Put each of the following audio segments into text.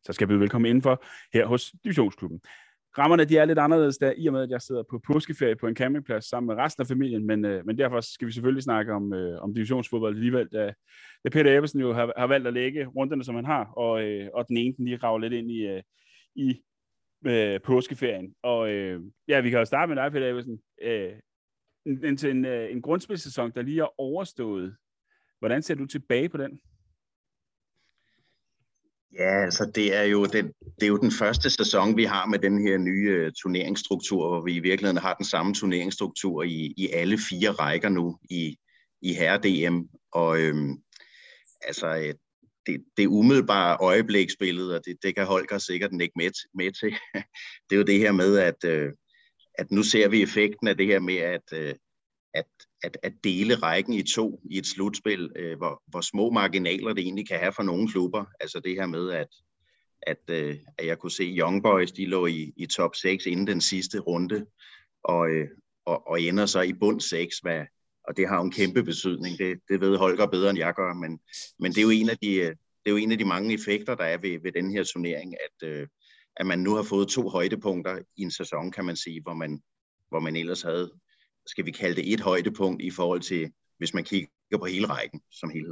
så skal jeg byde velkommen indenfor her hos Divisionsklubben. Rammerne de er lidt anderledes der, i og med at jeg sidder på påskeferie på en campingplads sammen med resten af familien, men derfor skal vi selvfølgelig snakke om divisionsfodbold alligevel, da Peter Ebbesen jo har valgt at lægge runderne, som han har, og den ene den lige rager lidt ind i påskeferien. Og vi kan jo starte med dig, Peter Ebbesen. En grundspilsæson, der lige er overstået. Hvordan ser du tilbage på den? Ja, altså det er jo den første sæson, vi har med den her nye turneringsstruktur, hvor vi i virkeligheden har den samme turneringsstruktur i alle 4 rækker nu i herre-DM. Og det umiddelbare øjebliksbillede, og det kan Holger sikkert ikke med til, det er jo det her med, at nu ser vi effekten af det her med, at dele rækken i 2 i et slutspil, hvor små marginaler det egentlig kan have for nogle klubber. Altså det her med, at jeg kunne se Young Boys, de lå i top 6 inden den sidste runde, og ender så i bund 6, og det har jo en kæmpe betydning. Det ved Holger bedre, end jeg gør, men det er jo en af de mange effekter, der er ved den her turnering, at man nu har fået 2 højdepunkter i en sæson, kan man sige, hvor man ellers havde, skal vi kalde det, et højdepunkt i forhold til, hvis man kigger på hele rækken som helhed.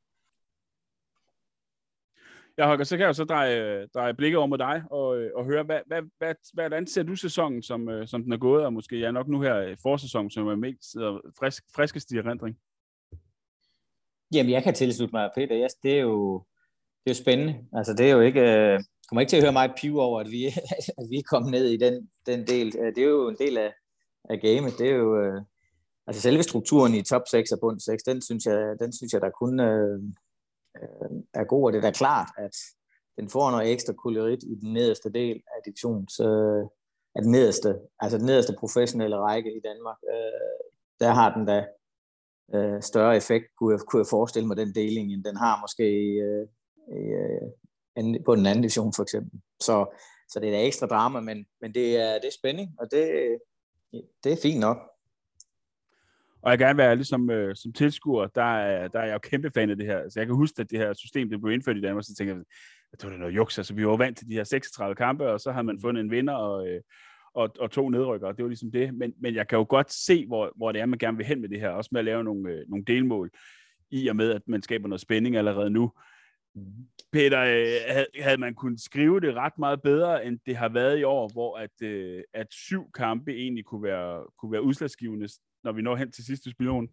Ja, Holger, så kan jeg jo så dreje blikket over mod dig og høre, hvordan ser du sæsonen, som den er gået, og måske nok nu her forsæsonen, som er mest friskest i erindring? Jamen, jeg kan tilslutte mig, Peter. Det er jo spændende. Altså, det er jo ikke... kommer ikke til at høre mig pive over, at vi er kommet ned i den del. Det er jo en del af gamet. Det er jo... altså, selve strukturen i top 6 og bund 6, den synes jeg der kun er god, og det er da klart, at den får noget ekstra kulørit i den nederste del af divisions... af den nederste professionelle række i Danmark. Der har den da større effekt, kunne jeg forestille mig, den deling, end den har måske på den anden division for eksempel. Så det er da ekstra drama, men det er spænding, og det er fint nok. Og jeg kan gerne være ærlig som tilskuer, der er jeg jo kæmpe fan af det her. Så jeg kan huske, at det her system, det blev indført i Danmark, så tænker jeg, at det var noget juks. Altså, vi var vant til de her 36 kampe, og så har man fundet en vinder og 2 nedrykkere. Det var ligesom det. Men jeg kan jo godt se, hvor det er, man gerne vil hen med det her. Også med at lave nogle delmål, i og med, at man skaber noget spænding allerede nu. Peter, havde man kunnet skrive det ret meget bedre, end det har været i år, hvor at 7 kampe egentlig kunne være udslagsgivende, når vi når hen til sidste spilon?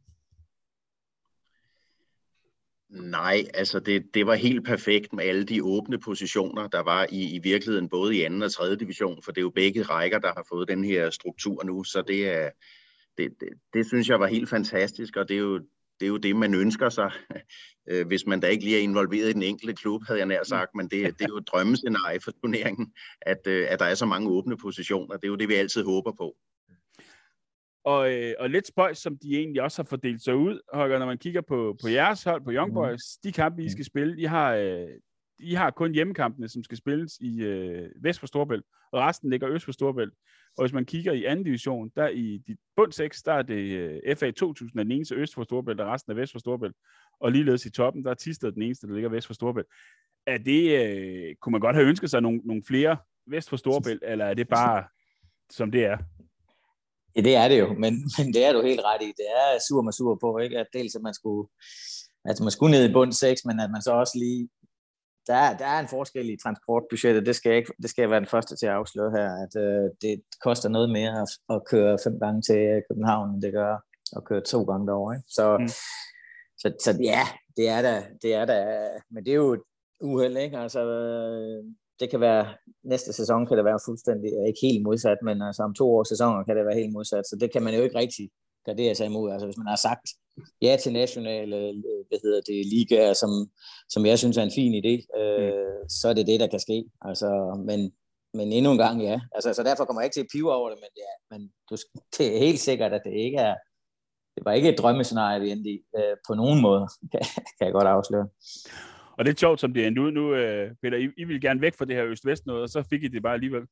Nej, altså det var helt perfekt med alle de åbne positioner, der var i virkeligheden, både i 2. og 3. division, for det er jo begge rækker, der har fået den her struktur nu, så det synes jeg var helt fantastisk, og det er jo det, man ønsker sig, hvis man da ikke lige er involveret i den enkelte klub, havde jeg nær sagt, men det er jo et drømmescenarie for turneringen, at der er så mange åbne positioner. Det er jo det, vi altid håber på. Og lidt spøjs, som de egentlig også har fordelt sig ud, Holger, når man kigger på jeres hold, på Young Boys, de kampe, I skal spille, I har kun hjemmekampene, som skal spilles i vest for Storebælt, og resten ligger øst for Storebælt. Og hvis man kigger i 2. division, der i de bund 6, der er det FA 2000, den eneste øst for Storebælt, og resten er vest for Storebælt. Og ligeledes i toppen, der er Thisted den eneste, der ligger vest for Storebælt. Er det, kunne man godt have ønsket sig nogle flere vest for Storebælt, eller er det bare, som det er? Ja, det er det jo, men det er du helt ret i. Det er sur på, ikke? At dels at man skulle ned i bund 6, men at man så også lige... Der er en forskel i transportbudgettet, det skal jeg være den første til at afsløre her, at det koster noget mere at køre 5 gange til København, end det gør at køre 2 gange derovre, ikke? Så ja, det er da, men det er jo et uheld, ikke? Altså, det kan være, næste sæson kan det være fuldstændig, ikke helt modsat, men altså om 2 års sæsoner kan det være helt modsat, så det kan man jo ikke rigtig gardere sig imod. Altså hvis man har sagt ja til nationale, ligaer, som jeg synes er en fin idé, så er det det, der kan ske. Altså, men endnu en gang, ja. Altså, så derfor kommer jeg ikke til at pive over det, men det er helt sikkert, at det var ikke et drømmescenarie, vi endte i, på nogen måde, kan jeg godt afsløre. Og det er sjovt, som det endte ud nu, Peter. I ville gerne væk fra det her øst-vest noget, og så fik I det bare alligevel.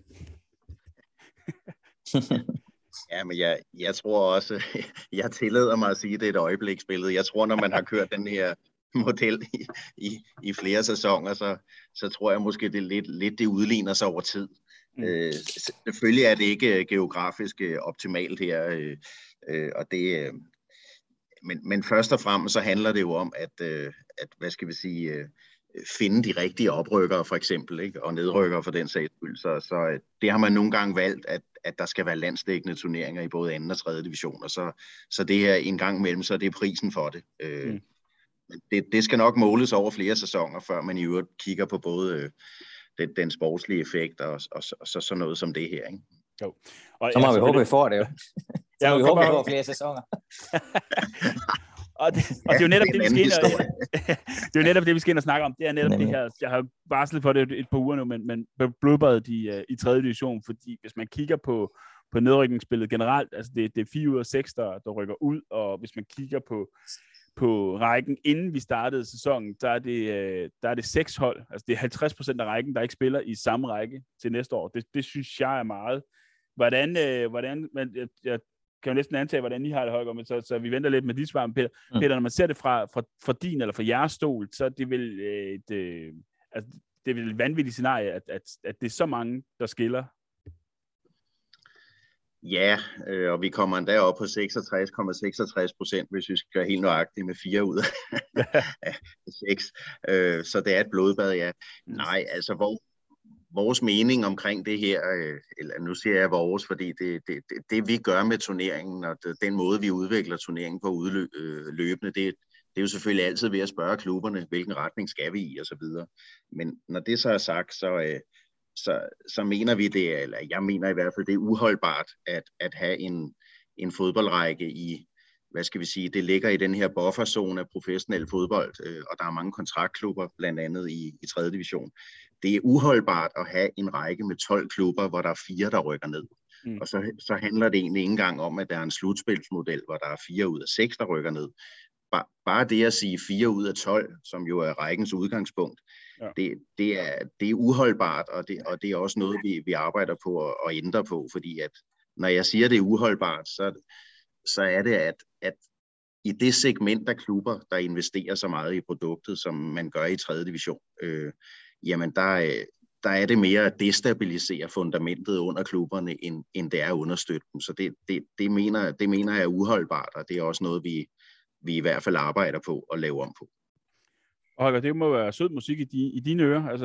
Ja, men jeg tror også, jeg tillader mig at sige, at det er et øjebliksbillede. Jeg tror, når man har kørt den her model i flere sæsoner, så tror jeg måske, det lidt det udligner sig over tid. Selvfølgelig er det ikke geografisk optimalt her, og det, men først og fremmest så handler det jo om, at hvad skal vi sige, finde de rigtige oprykkere for eksempel, ikke? Og nedrykkere for den sags skyld. Så det har man nogle gange valgt, at der skal være landsdækkende turneringer i både 2. og 3. division, og så det her en gang imellem, så det er prisen for det. Det skal nok måles over flere sæsoner, før man i øvrigt kigger på både den sportslige effekt og så sådan noget som det her, ikke? Jo. Og så må vi håbe, vi får det jo. Så må vi håbe, vi får flere sæsoner. Og det er jo netop det, vi skal ind og, det er jo netop det, vi skal ind og snakke om. Det er netop det her. Jeg har varslet for det et par uger nu, men blodbadet i 3. division, fordi hvis man kigger på nedrykningsspillet generelt, altså det er 4 ud af 6, der rykker ud, og hvis man kigger på rækken, inden vi startede sæsonen, der er det 6 hold. Altså det er 50% af rækken, der ikke spiller i samme række til næste år. Det synes jeg er meget. Hvordan jeg kan jo næsten antage, hvordan I har det, Holger, men så vi venter lidt med de svar. Peter, når man ser det fra din eller fra jeres stol, så er det vel det er vel et vanvittigt scenarie, at det er så mange, der skiller. Ja, og vi kommer endda op på 66,66%, hvis vi skal være helt nøjagtige med 4 ud af 6. Så det er et blodbad, ja. Nej, altså vores mening omkring det her, eller nu siger jeg vores, fordi det vi gør med turneringen, og den måde vi udvikler turneringen på løbende, det er jo selvfølgelig altid ved at spørge klubberne, hvilken retning skal vi i, og så videre. Men når det så er sagt, så mener vi det, eller jeg mener i hvert fald, det er uholdbart at have en fodboldrække i, hvad skal vi sige, det ligger i den her bufferzone af professionel fodbold, og der er mange kontraktklubber, blandt andet i 3. division. Det er uholdbart at have en række med 12 klubber, hvor der er 4, der rykker ned. Og så handler det egentlig ikke engang om, at der er en slutspilsmodel, hvor der er 4 ud af 6, der rykker ned. Bare det at sige 4 ud af 12, som jo er rækkens udgangspunkt, det er uholdbart, og det er også noget, vi arbejder på at ændre på, fordi at når jeg siger, det er uholdbart, så er det, at i det segment af klubber, der investerer så meget i produktet, som man gør i 3. division, jamen der er det mere at destabilisere fundamentet under klubberne, end det er at understøtte dem. Så det mener jeg er uholdbart, og det er også noget, vi i hvert fald arbejder på at lave om på. Og Holger, det må være sød musik i dine ører, altså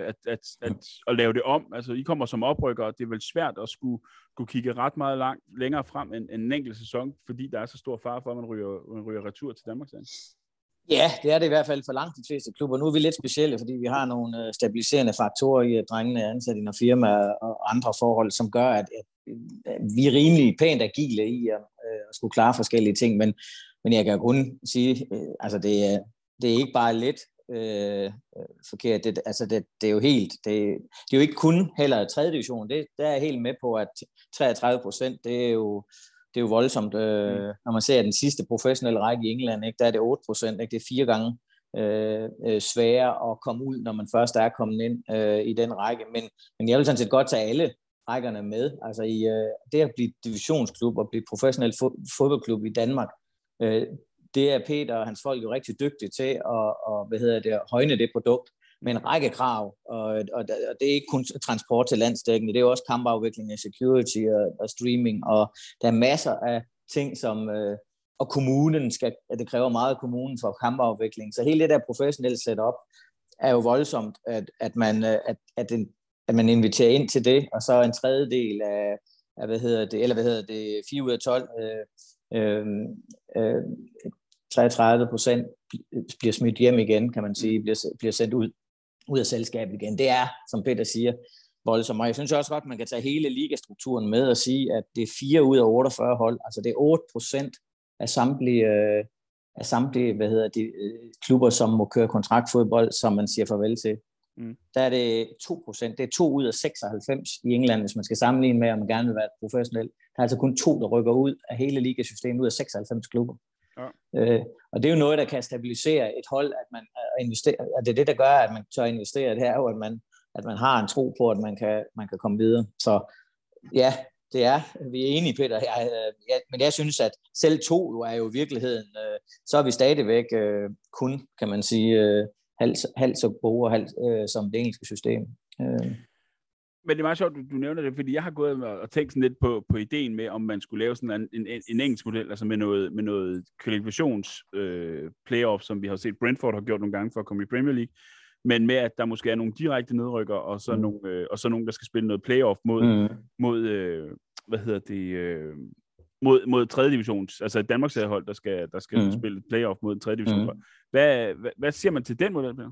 at lave det om. Altså, I kommer som oprykkere, det er vel svært at skulle kigge ret meget længere frem end en enkelt sæson, fordi der er så stor fare for, at man ryger retur til Danmark. Ja, det er det i hvert fald for langt de fleste klubber. Nu er vi lidt specielle, fordi vi har nogle stabiliserende faktorer i, at drengene er ansat i nogle firmaer og andre forhold, som gør, at vi er rimelig pænt agile i at skulle klare forskellige ting, men jeg kan kun sige, altså det er ikke bare lidt forkert. Det er jo helt, det er jo ikke kun heller 3. division. Der er jeg helt med på, at 33%, det er jo voldsomt. Når man ser den sidste professionelle række i England, ikke, der er det 8%. Ikke? Det er 4 gange sværere at komme ud, når man først er kommet ind i den række. Men jeg vil sådan set godt tage alle rækkerne med. Altså i det at blive divisionsklub og blive professionel fodboldklub i Danmark, det er Peter og hans folk jo rigtig dygtige til at højne det produkt med en række krav, og det er ikke kun transport til landsdækkende, det er jo også kampafvikling af security og streaming, og der er masser af ting, som og kommunen det kræver meget af kommunen for kampafvikling, så hele det der professionelle setup er jo voldsomt, at man inviterer ind til det, og så en tredjedel af 4 ud af 12 33% bliver smidt hjem igen, kan man sige, bliver sendt ud af selskabet igen. Det er, som Peter siger, voldsomt. Og jeg synes også godt, man kan tage hele ligastrukturen med og sige, at det er 4 ud af 48 hold. Altså det er 8% af samtlige klubber, som må køre kontraktfodbold, som man siger farvel til. Der er det 2%. Det er 2 ud af 96 i England, hvis man skal sammenligne med, om man gerne vil være professionel. Der er altså kun 2, der rykker ud af hele ligasystemet ud af 96 klubber. Ja. Og det er jo noget, der kan stabilisere et hold, at man investerer, og det er det, der gør, at man tør investere. Det er jo, at man har en tro på, at man kan komme videre. Så ja, det er. Vi er enige, Peter. Men jeg synes, at selv 2 jo er jo i virkeligheden, så er vi stadigvæk kun, kan man sige, halvt så gode og halvt som det engelske system. Men det er meget sjovt, du nævner det, fordi jeg har gået og tænkt sådan lidt på ideen med, om man skulle lave sådan en engelsk model, altså med noget kvalifikations playoff, som vi har set Brentford har gjort nogle gange for at komme i Premier League, men med, at der måske er nogle direkte nedrykker, og så nogle, der skal spille noget playoff mod mod 3. divisions, altså et Danmarks-hold, der skal spille playoff mod 3. division. Hvad siger man til den model, Peter?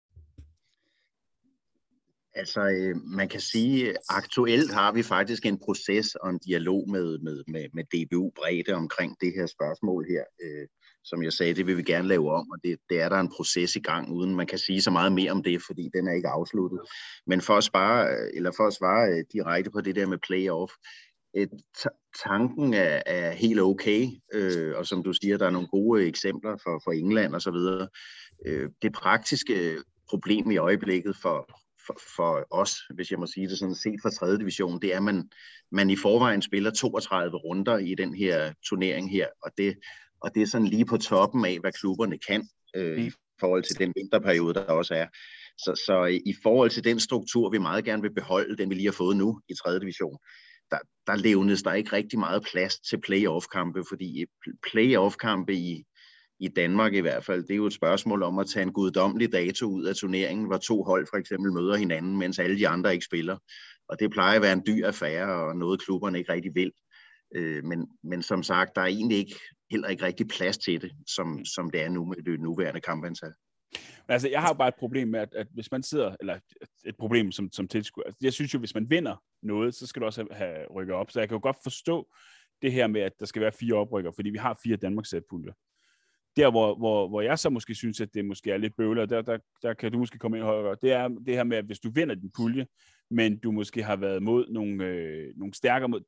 Altså, man kan sige, aktuelt har vi faktisk en proces og en dialog med DBU Bredde omkring det her spørgsmål her. Som jeg sagde, det vil vi gerne lave om, og det er der en proces i gang, uden man kan sige så meget mere om det, fordi den er ikke afsluttet. Men for at svare direkte på det der med playoff, tanken er helt okay, og som du siger, der er nogle gode eksempler for England og så videre. Det praktiske problem i øjeblikket for os, hvis jeg må sige det sådan, set fra 3. division, det er, at man i forvejen spiller 32 runder i den her turnering her, og det er sådan lige på toppen af, hvad klubberne kan i forhold til den vinterperiode, der også er. Så i forhold til den struktur, vi meget gerne vil beholde, den vi lige har fået nu i 3. division, der levnes der ikke rigtig meget plads til playoff-kampe, fordi playoff-kampe i Danmark i hvert fald, det er jo et spørgsmål om at tage en guddommelig dato ud af turneringen, hvor 2 hold for eksempel møder hinanden, mens alle de andre ikke spiller. Og det plejer at være en dyr affære, og noget klubberne ikke rigtig vil. Men som sagt, der er egentlig heller ikke rigtig plads til det, som det er nu med det nuværende kampantal. Altså, jeg har jo bare et problem med, at hvis man sidder, eller et problem som tilskuer, altså, jeg synes jo, hvis man vinder noget, så skal du også have rykket op. Så jeg kan jo godt forstå det her med, at der skal være 4 oprykker, fordi vi har 4 Danmarks-puljer. Der, hvor jeg så måske synes, at det måske er lidt bøvlet, der kan du måske komme ind højere, det er det her med, at hvis du vinder din pulje, men du måske har været mod nogle stærkere mod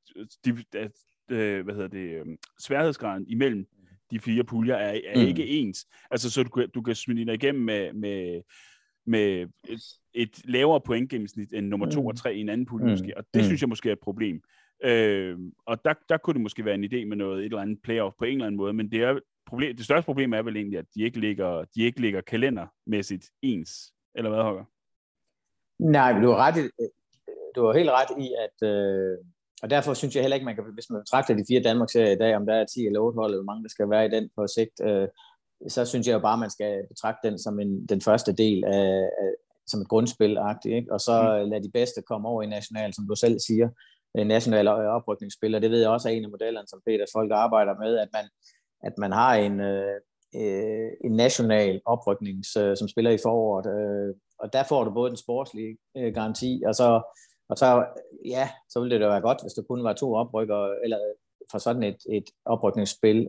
sværhedsgraden imellem de 4 puljer er ikke ens. Altså, så du kan smide dig igennem med et lavere pointgennemsnit end nummer 2 og 3 i en anden pulje måske, og det synes jeg måske er et problem. Og der kunne det måske være en idé med et eller andet playoff på en eller anden måde, men det største problem er vel egentlig, at de ikke ligger kalendermæssigt ens. Eller hvad, Holger? Nej, men du har helt ret i, at og derfor synes jeg heller ikke, man kan, hvis man betragter de 4 Danmarks-serier i dag, om der er 10 eller 8 hold, eller hvor mange der skal være i den på sigt, så synes jeg jo bare, man skal betragte den som den første del af som et grundspil-agtigt, ikke? Og så lade de bedste komme over i national, som du selv siger, national oprykningsspil, og det ved jeg også er en af modellerne, som Peters folk arbejder med, at man har en national oprykning, som spiller i foråret, og der får du både den sportslige garanti, og så ville det da være godt, hvis der kun var 2 oprykker, eller for sådan et oprykningsspil,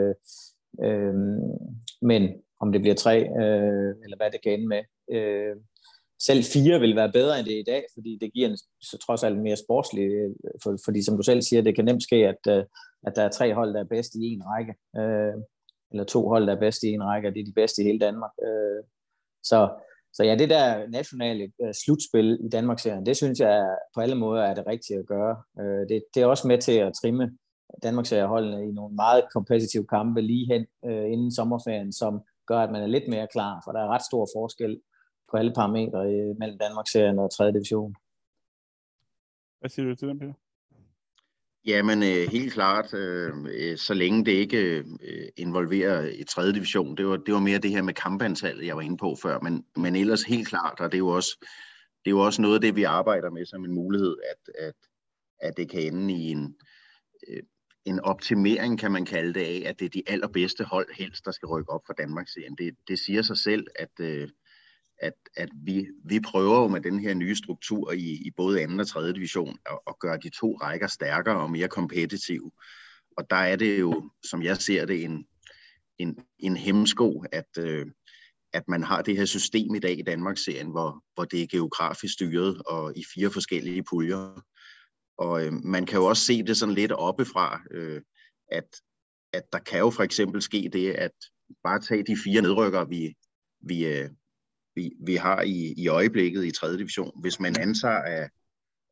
men om det bliver 3, eller hvad det kan ende med. Selv 4 vil være bedre end det i dag, fordi det giver så trods alt mere sportsligt, fordi som du selv siger, det kan nemt ske, at der er 3 hold, der er bedst i en række, eller 2 hold, der er bedst i en række, og det er de bedste i hele Danmark. Så ja, det der nationale slutspil i Danmarksserien, det synes jeg på alle måder er det rigtige at gøre. Det er også med til at trimme Danmarksserieholdene i nogle meget kompetitive kampe lige hen inden sommerferien, som gør, at man er lidt mere klar, for der er ret stor forskel på alle parametre mellem Danmarksserien og 3. division. Hvad siger du til den, Peter? Jamen, helt klart, så længe det ikke involverer i 3. division. Det var mere det her med kampantallet, jeg var inde på før, men ellers helt klart, og det er jo også noget af det, vi arbejder med som en mulighed, at det kan ende i en optimering, kan man kalde det af, at det er de allerbedste hold helst, der skal rykke op for Danmarksserien. Det siger sig selv, at vi prøver jo med den her nye struktur i både 2. og 3. division at gøre de 2 rækker stærkere og mere kompetitive. Og der er det jo, som jeg ser det, en hæmsko, at man har det her system i dag i Danmarksserien, hvor det er geografisk styret og i 4 forskellige puljer. Og man kan jo også se det sådan lidt oppefra, at der kan jo for eksempel ske det, at bare tage de 4 nedrykkere, vi har i øjeblikket i 3. division. Hvis man antager,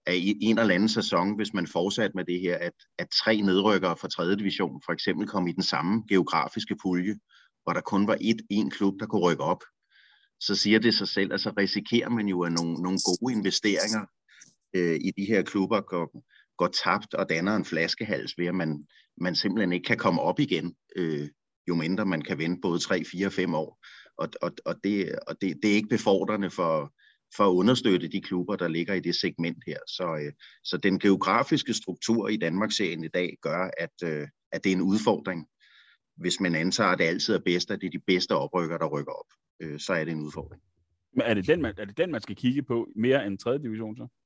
en eller anden sæson, hvis man fortsat med det her, at 3 nedrykkere fra 3. division for eksempel kom i den samme geografiske pulje, hvor der kun var en klub, der kunne rykke op, så siger det sig selv, at så risikerer man jo, at nogle gode investeringer i de her klubber går tabt og danner en flaskehals ved, at man simpelthen ikke kan komme op igen, jo mindre man kan vente både 3, 4, 5 år. Og det er ikke befordrende for at understøtte de klubber, der ligger i det segment her. Så den geografiske struktur i Danmarksserien i dag gør, at det er en udfordring. Hvis man antager, at det altid er bedst, at det er de bedste oprykker, der rykker op, så er det en udfordring. Men er det den, man skal kigge på mere end 3. division så?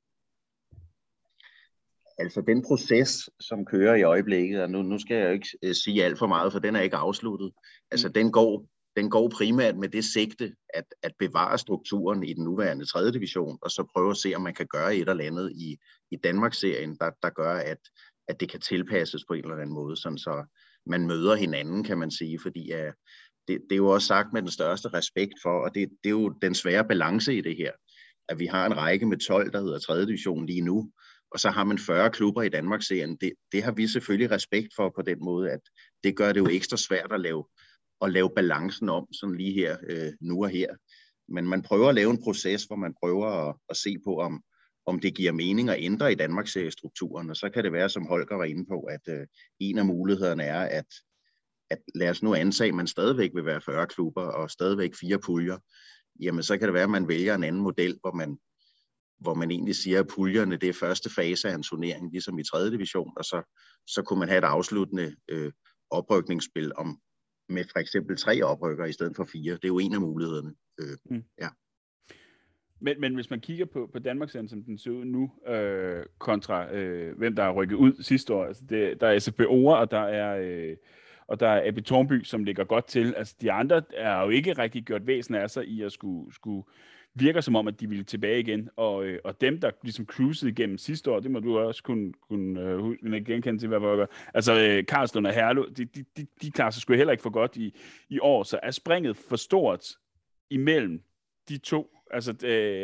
Altså den proces, som kører i øjeblikket, og nu skal jeg jo ikke sige alt for meget, for den er ikke afsluttet. Altså den går primært med det sigte, at bevare strukturen i den nuværende 3. division, og så prøve at se, om man kan gøre et eller andet i Danmarksserien, der gør, at det kan tilpasses på en eller anden måde, sådan så man møder hinanden, kan man sige, fordi det er jo også sagt med den største respekt for, og det er jo den svære balance i det her, at vi har en række med 12, der hedder 3. division lige nu, og så har man 40 klubber i Danmarksserien. Det har vi selvfølgelig respekt for på den måde, at det gør det jo ekstra svært at lave balancen om, sådan lige her, nu og her. Men man prøver at lave en proces, hvor man prøver at se på, om det giver mening at ændre i Danmarksseriestrukturen, og så kan det være, som Holger var inde på, at en af mulighederne er, at lad os nu antage, at man stadigvæk vil være 40 klubber og stadigvæk 4 puljer, jamen så kan det være, at man vælger en anden model, hvor man egentlig siger, at puljerne, det er første fase af en turnering, ligesom i 3. division, og så kunne man have et afsluttende oprykningsspil med for eksempel 3 oprykker i stedet for 4. Det er jo en af mulighederne. Ja. Men hvis man kigger på Danmarksserien, som den ser ud nu, kontra hvem der er rykket ud sidste år, altså der er SFB Ore, og der er AB Tornby, som ligger godt til. Altså de andre er jo ikke rigtig gjort væsen af sig i at skulle virker som om, at de ville tilbage igen, og dem, der ligesom cruisede igennem sidste år, det må du også kunne genkende til, hvad var. Altså, Karlslund og Herlev, de klarer sig sgu heller ikke for godt i år, så er springet for stort imellem de to, altså,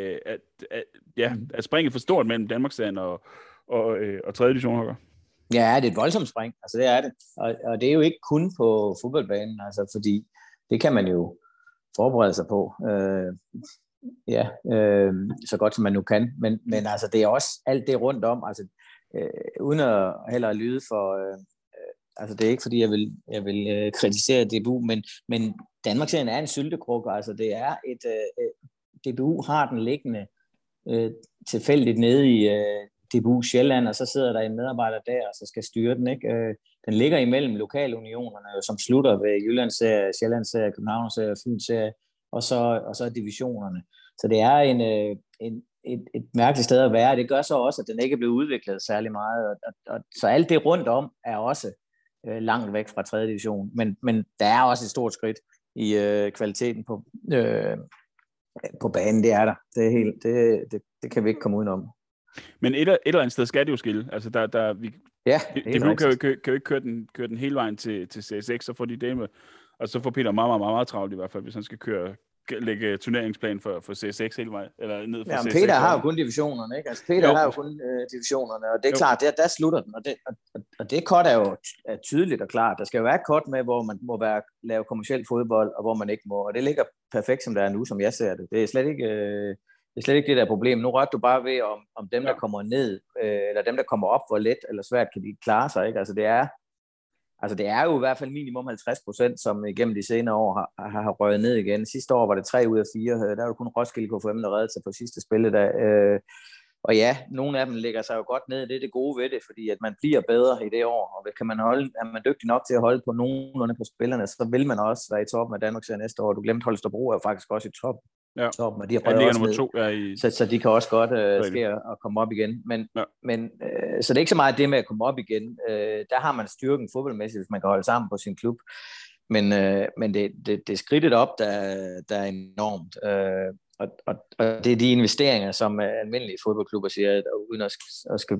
er springet for stort mellem Danmarksserien og 3. division, Holger? Ja, det er et voldsomt spring, altså det er det, og det er jo ikke kun på fodboldbanen, altså fordi det kan man jo forberede sig på, så godt som man nu kan, men altså det er også alt det rundt om, altså uden at heller lyde for, altså det er ikke fordi jeg vil kritisere DBU, men Danmarksserien er en syltekrukke, altså det er DBU har den liggende tilfældigt nede i DBU Sjælland, og så sidder der en medarbejder der, og så skal styre den, ikke? Den ligger imellem lokalunionerne, som slutter ved Jyllandsserie, Sjællandsserie, Københavnsserie, Fynserie, og så divisionerne. Så det er et mærkeligt sted at være. Det gør så også, at den ikke er blevet udviklet særlig meget. Og så alt det rundt om er også langt væk fra 3. division. Men der er også et stort skridt i kvaliteten på banen. Det er der. Det kan vi ikke komme udenom. Men et eller andet sted skal det jo skille. Altså det kan jo ikke køre den hele vejen til CSX, så får de det med. Og så får Peter meget, meget, meget, meget travlt i hvert fald, hvis han skal lægge turneringsplan for CSX hele vejen, eller ned for CSX. Peter har jo kun divisionerne, ikke? Altså Peter har jo kun divisionerne, og det er klart, der slutter den, og det kort er jo tydeligt og klart. Der skal jo være et kort med, hvor man må lave kommerciel fodbold, og hvor man ikke må, og det ligger perfekt, som det er nu, som jeg ser det. Det er slet ikke det der problem. Nu rørte du bare ved, om dem, der kommer ned, eller dem, der kommer op, hvor let eller svært kan de klare sig, ikke? Altså det er jo i hvert fald minimum 50%, som igennem de senere år har røget ned igen. Sidste år var det 3 ud af 4. Der var kun Roskilde KFM, der reddede sig på sidste spilledag. Og ja, nogle af dem lægger sig jo godt ned. Det er det gode ved det, fordi at man bliver bedre i det år. Og er man dygtig nok til at holde på nogenlunde på spillerne, så vil man også være i toppen af Danmarksserien næste år. Du glemte Holstebro er faktisk også i toppen. Ja. Toppen, og de har røget også ned. Så de kan også godt ske at komme op igen. Men så det er ikke så meget det med at komme op igen. Der har man styrken fodboldmæssigt, hvis man kan holde sammen på sin klub. Men det skridtet op, der er enormt. Og det er de investeringer, som almindelige fodboldklubber siger, uden at skal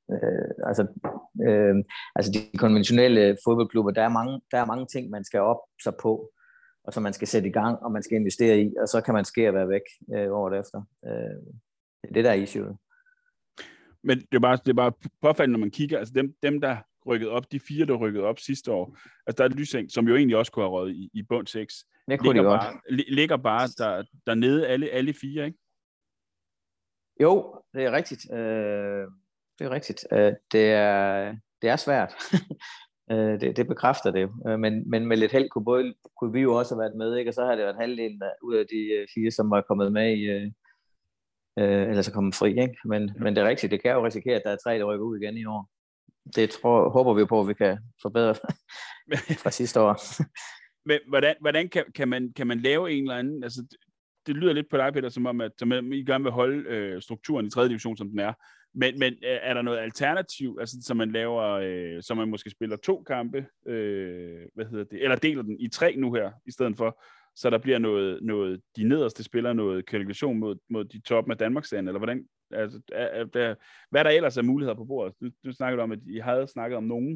altså de konventionelle fodboldklubber, der er mange ting, man skal op sig på, og som man skal sætte i gang, og man skal investere i, og så kan man ske at være væk året efter. Det er det, der er issue. Men det er bare påfaldende, når man kigger, altså dem der rykkede op, de 4, der rykkede op sidste år, altså der er Lysing, som jo egentlig også kunne have røget i bund 6, ligger bare dernede alle 4, ikke? Jo, det er rigtigt. Det er rigtigt. Det er svært. Det bekræfter det jo. Men med lidt held kunne vi jo også have været med, ikke? Og så har det været halvdelen ud af de 4, som var kommet med i, eller så kommet fri, ikke? Men det er rigtigt. Det kan jo risikere, at der er 3, der rykker ud igen i år. Det håber vi på, at vi kan forbedre fra sidste år. Men hvordan kan man lave en eller anden, altså det lyder lidt på dig, Peter, som om, at I gerne vil holde strukturen i 3. division, som den er. Men er der noget alternativ, altså så man laver, så man måske spiller 2 kampe, eller deler den i 3 nu her, i stedet for, så der bliver noget de nederste spillere, noget kvalifikation mod de toppen af Danmarksserien, eller hvordan, altså, hvad der ellers er muligheder på bordet? Du snakkede om, at I havde snakket om nogen.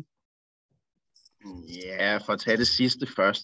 Ja, for at tage det sidste først,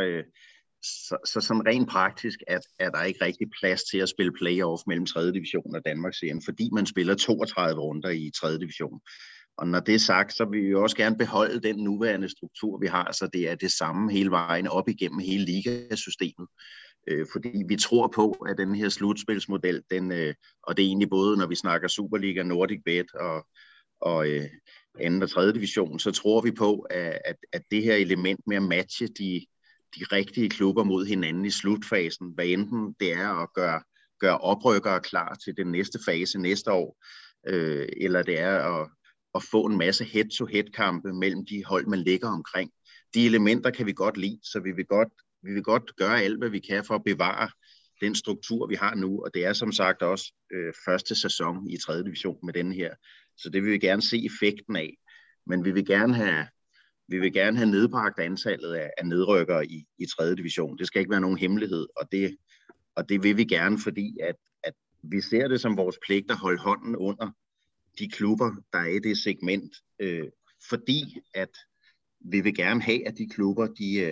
så sådan rent praktisk er der ikke rigtig plads til at spille playoff mellem 3. division og Danmarksserien, fordi man spiller 32 runder i 3. division. Og når det er sagt, så vil vi jo også gerne beholde den nuværende struktur, vi har, så det er det samme hele vejen op igennem hele ligasystemet. Fordi vi tror på, at den her slutspilsmodel, og det er egentlig både, når vi snakker Superliga, Nordic Bet og 2. og 3. division, så tror vi på, at det her element med at matche de rigtige klubber mod hinanden i slutfasen, hvad enten det er at gøre oprykkere klar til den næste fase næste år, eller det er at få en masse head-to-head-kampe mellem de hold, man ligger omkring. De elementer kan vi godt lide, så vi vil godt gøre alt, hvad vi kan for at bevare den struktur, vi har nu, og det er som sagt også første sæson i 3. division med den her. Så det vil vi gerne se effekten af, men vi vil gerne have nedbragt antallet af nedrykkere i 3. division. Det skal ikke være nogen hemmelighed, og det vil vi gerne, fordi at vi ser det som vores pligt at holde hånden under de klubber, der er i det segment, fordi at vi vil gerne have, at de klubber, de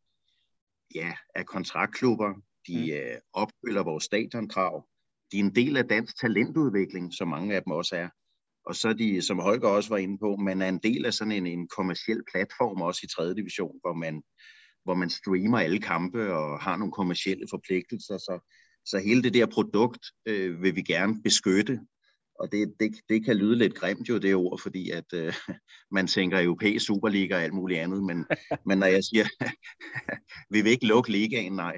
er kontraktklubber, de opfylder vores stadionkrav, de er en del af dansk talentudvikling, som mange af dem også er. Og så er de, som Holger også var inde på, man er en del af sådan en kommerciel platform også i 3. division, hvor man streamer alle kampe og har nogle kommercielle forpligtelser. Så hele det der produkt vil vi gerne beskytte. Og det kan lyde lidt grimt jo, det ord, fordi at man tænker europæisk Superliga og alt muligt andet. Men når jeg siger, vi vil ikke lukke ligaen, nej.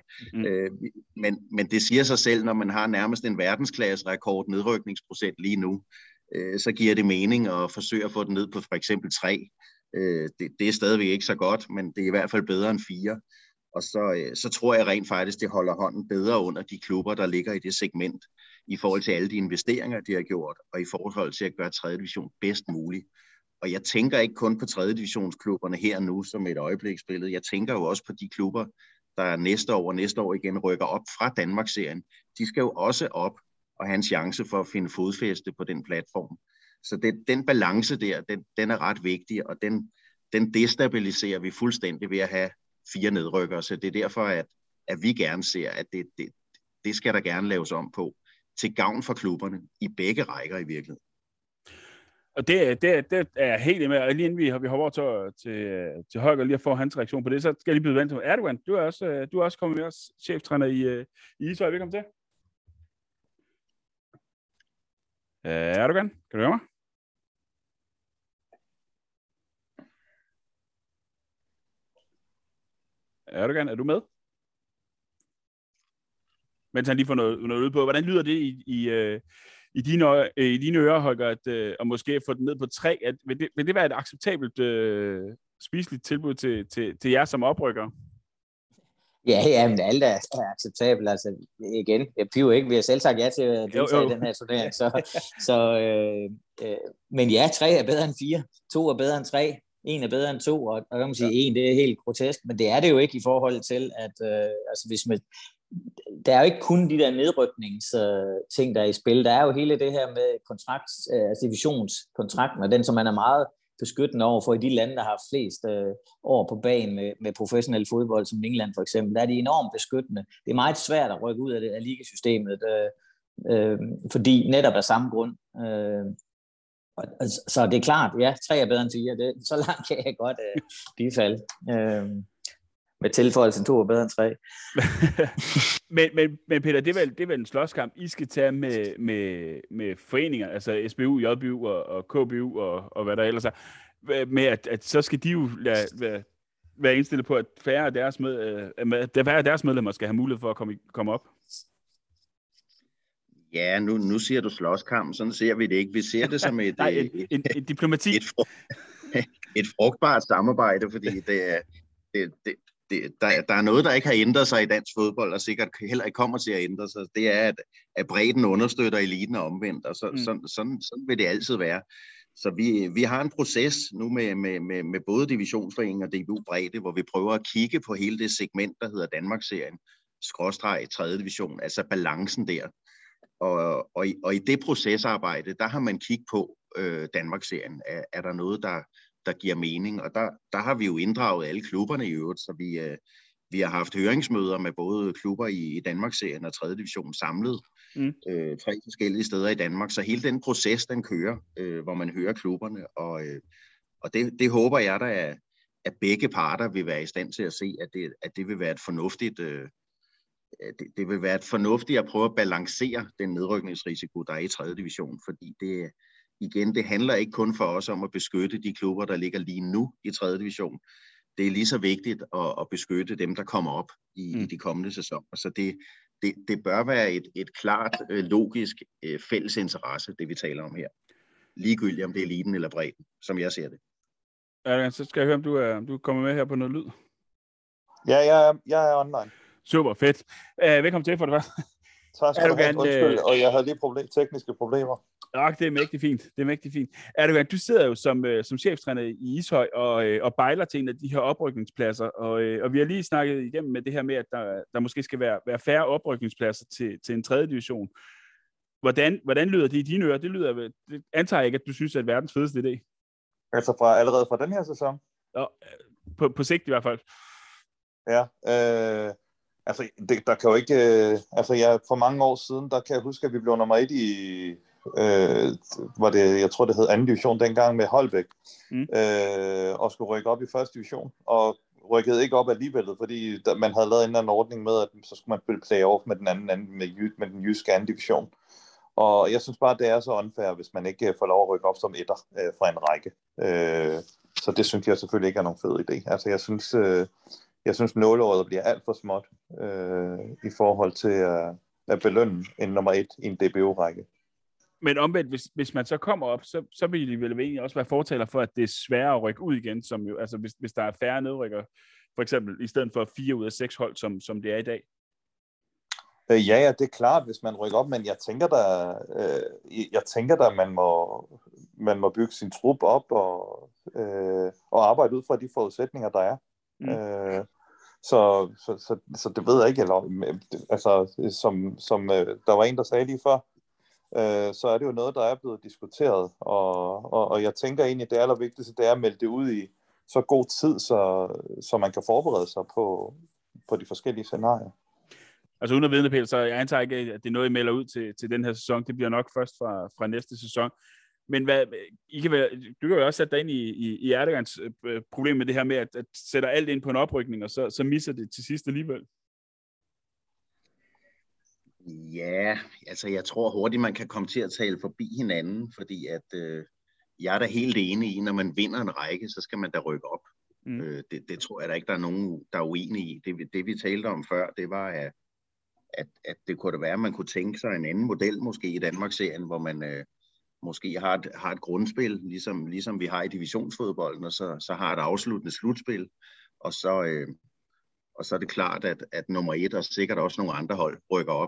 Men det siger sig selv, når man har nærmest en verdensklasse-rekord nedrykningsprocent lige nu, så giver det mening at forsøge at få den ned på for eksempel 3. Det er stadigvæk ikke så godt, men det er i hvert fald bedre end 4. Og så tror jeg rent faktisk, det holder hånden bedre under de klubber, der ligger i det segment, i forhold til alle de investeringer, de har gjort, og i forhold til at gøre 3. division bedst muligt. Og jeg tænker ikke kun på 3. divisionsklubberne her nu som et øjebliksbillede. Jeg tænker jo også på de klubber, der næste år igen rykker op fra Danmarksserien. De skal jo også op og have en chance for at finde fodfæste på den platform. Så den balance der, den er ret vigtig, og den destabiliserer vi fuldstændig ved at have 4 nedrykkere. Så det er derfor, at vi gerne ser, at det skal der gerne laves om på, til gavn for klubberne i begge rækker i virkeligheden. Og det er jeg helt med. Og lige inden vi hopper over til Holger lige at få hans reaktion på det, så skal jeg lige byde vand til Erdogan. Du er også kommet med os, cheftræner i Ishøj. Velkommen til. Erdogan, kan du høre mig? Erdogan, er du med? Mens han lige får noget ud på. Hvordan lyder det i dine ører, Holger, at måske få den ned på 3? Vil det være et acceptabelt spiseligt tilbud til jer som oprykker? Ja, men alt er acceptabelt. Altså, igen, jeg piver ikke. Vi har selv sagt ja til at deltage i den her turnering. Men ja, 3 er bedre end 4. 2 er bedre end 3. 1 er bedre end 2. Og kan man sige, 1 det er helt grotesk. Men det er det jo ikke i forhold til, at hvis man... Der er jo ikke kun de der nedrykningsting, der er i spil. Der er jo hele det her med divisionskontrakten, og den, som man er meget beskyttende over for i de lande, der har flest år på banen med professionel fodbold, som England for eksempel. Der er de enormt beskyttende. Det er meget svært at rykke ud af ligasystemet, fordi netop af samme grund. Så det er klart, ja, 3 er bedre end 4. Så langt kan jeg godt bifalde. Med tilføjelsen 2 er bedre end 3. men Peter, det er vel en slåskamp, I skal tage med foreninger, altså SBU, JBU og KBU og hvad der ellers er, med at så skal de jo være indstillet på, at færre af deres medlemmer skal have mulighed for at komme op. Ja, nu siger du slåskamp, sådan ser vi det ikke. Vi ser det som et diplomati. Et frugtbart samarbejde, fordi der er noget, der ikke har ændret sig i dansk fodbold, og sikkert heller ikke kommer til at ændre sig. Det er, at bredden understøtter eliten og omvendt, og sådan vil det altid være. Så vi har en proces nu med både divisionsforeningen og DBU Bredde, hvor vi prøver at kigge på hele det segment, der hedder Danmarksserien, / 3. division, altså balancen der. Og i det procesarbejde, der har man kigget på Danmarksserien. Er der noget, der giver mening? Og der har vi jo inddraget alle klubberne i øvrigt, så vi har haft høringsmøder med både klubber i Danmarksserien og 3. division samlet. 3 forskellige steder i Danmark. Så hele den proces, den kører, hvor man hører klubberne. Og det håber jeg, at begge parter vil være i stand til at se, at det vil være et fornuftigt... Det vil være et fornuftigt at prøve at balancere den nedrykningsrisiko, der er i 3. division, fordi det handler ikke kun for os om at beskytte de klubber, der ligger lige nu i 3. division. Det er lige så vigtigt at beskytte dem, der kommer op i de kommende sæsoner. Så det bør være et klart, logisk fælles interesse, det vi taler om her. Ligegyldigt om det er eliten eller bredden, som jeg ser det. Ja, så skal jeg høre, om du kommer med her på noget lyd. Ja, jeg er online. Super, fedt. Velkommen til for det første. Tak skal du have. Undskyld, og jeg havde lige tekniske problemer. Ja, det er mægtig fint. Erdogan, du sidder jo som cheftræner i Ishøj og bejler til en af de her oprykningspladser, og vi har lige snakket igennem med det her med, at der måske skal være færre oprykningspladser til en 3. division. Hvordan lyder det i dine ører? Det antager jeg ikke, at du synes, at verdens fedeste idé. Altså allerede fra den her sæson? Ja, på sigt i hvert fald. Ja, altså der kan jo ikke, for mange år siden, der kan jeg huske, at vi blev nummer 1 i, jeg tror det hed 2. division dengang med Holbæk, og skulle rykke op i 1. division, og rykkede ikke op alligevel, fordi man havde lavet en eller anden ordning med, at så skulle man spille play-off med med den jyske 2. division. Og jeg synes bare, det er så unfair, hvis man ikke får lov at rykke op som etter fra en række. Så det synes jeg selvfølgelig ikke er nogen fed idé. Altså jeg synes nåleåret bliver alt for småt i forhold til at belønne en nummer 1 i en DBU-række. Men omvendt, hvis man så kommer op, så vil de vel egentlig også være fortaler for, at det er sværere at rykke ud igen, som jo, altså hvis der er færre nedrykker, for eksempel i stedet for 4 ud af 6 hold, som det er i dag. Ja, det er klart, hvis man rykker op, men jeg tænker da, man må bygge sin trup op og arbejde ud fra de forudsætninger, der er. Så det ved jeg ikke, altså som der var en, der sagde lige før, så er det jo noget, der er blevet diskuteret, og jeg tænker egentlig, det allervigtigste, det er at melde det ud i så god tid, så man kan forberede sig på de forskellige scenarier. Altså uden at vidne, Peter, så jeg antager ikke, at det er noget, I melder ud til den her sæson. Det bliver nok først fra næste sæson. Men du kan jo også sætte dig ind i Erdogans problem med det her med, at sætter alt ind på en oprykning, og så misser det til sidst alligevel. Ja, altså jeg tror hurtigt, man kan komme til at tale forbi hinanden, fordi at jeg er da helt enig i, når man vinder en række, så skal man da rykke op. Det tror jeg da ikke, der er nogen, der er uenige i. Det vi talte om før, det var, at det kunne da være, at man kunne tænke sig en anden model måske i Danmarksserien, hvor man måske har et grundspil, ligesom vi har i divisionsfodbolden, og så har et afsluttende slutspil, og så er det klart, at nummer 1 og sikkert også nogle andre hold rykker op.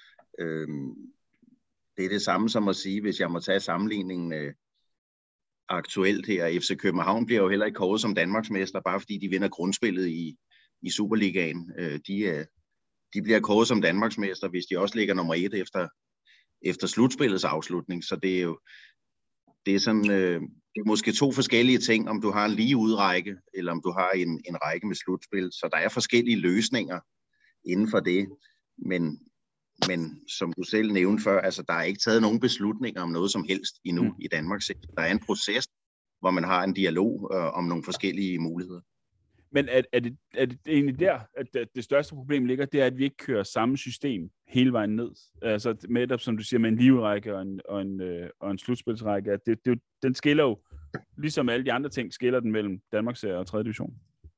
Det er det samme som at sige, hvis jeg må tage sammenligningen aktuelt her, FC København bliver jo heller ikke kåret som Danmarksmester, bare fordi de vinder grundspillet i Superligaen. De bliver kåret som Danmarksmester, hvis de også ligger nummer 1 efter slutspillets afslutning. Så det er sådan, det er måske 2 forskellige ting, om du har en lige udrække, eller om du har en række med slutspil. Så der er forskellige løsninger inden for det. Men men som du selv nævnte før, altså der er ikke taget nogen beslutninger om noget som helst endnu i Danmark. Der er en proces, hvor man har en dialog om nogle forskellige muligheder. Men er det egentlig der, at det største problem ligger, det er, at vi ikke kører samme system hele vejen ned? Altså med, som du siger, med en livrække og en slutspilsrække, at den skiller jo, ligesom alle de andre ting, skiller den mellem Danmarksserie og 3. division.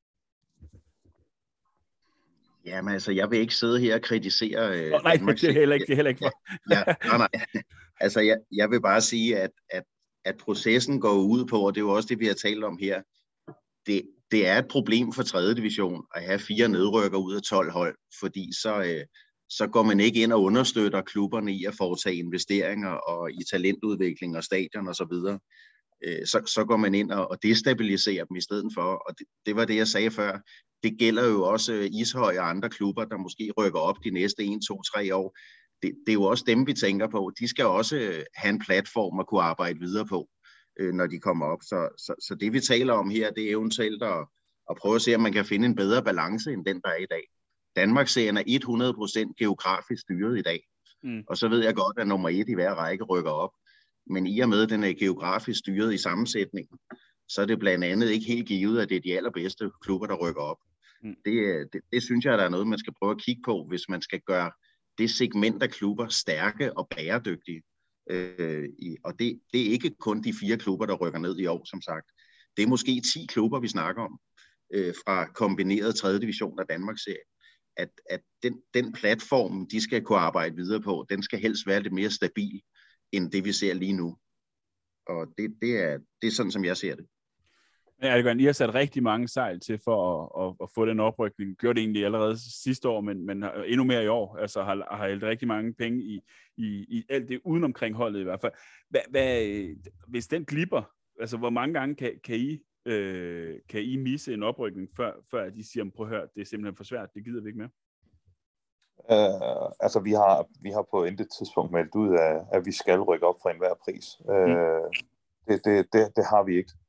Jamen altså, jeg vil ikke sidde her og kritisere nej, det er heller ikke for. Nej. Altså, jeg vil bare sige, at processen går ud på, og det er jo også det, vi har talt om her, det er et problem for 3. division at have 4 nedrykker ud af 12 hold, fordi så går man ikke ind og understøtter klubberne i at foretage investeringer og i talentudvikling og stadion og så videre. Så går man ind og destabiliserer dem i stedet for, og det var det, jeg sagde før. Det gælder jo også Ishøj og andre klubber, der måske rykker op de næste 1, 2, 3 år. Det er jo også dem, vi tænker på. De skal også have en platform at kunne arbejde videre på, når de kommer op. Så det, vi taler om her, det er eventuelt at prøve at se, om man kan finde en bedre balance, end den, der er i dag. Danmarksserien er 100% geografisk styret i dag. Og så ved jeg godt, at nummer 1 i hver række rykker op. Men i og med, at den er geografisk styret i sammensætningen, så er det blandt andet ikke helt givet, at det er de allerbedste klubber, der rykker op. Det synes jeg, at der er noget, man skal prøve at kigge på, hvis man skal gøre det segment af klubber stærke og bæredygtige. Og det er ikke kun de 4 klubber, der rykker ned i år, som sagt. Det er måske 10 klubber, vi snakker om, fra kombineret 3. division og Danmarksserie. At den platform, de skal kunne arbejde videre på, den skal helst være lidt mere stabil, end det vi ser lige nu. Og det er sådan, som jeg ser det. Ja, det gør, I har sat rigtig mange sejl til for at få den oprykning. Gjorde det egentlig allerede sidste år, men endnu mere i år. Altså har hældt rigtig mange penge i alt det uden omkring holdet i hvert fald. Hvis den glipper, altså hvor mange gange kan I misse en oprykning, før de siger, prøv at høre, det er simpelthen for svært, det gider vi ikke mere? Altså vi har på intet tidspunkt meldt ud af, at vi skal rykke op for enhver pris. Det har vi ikke.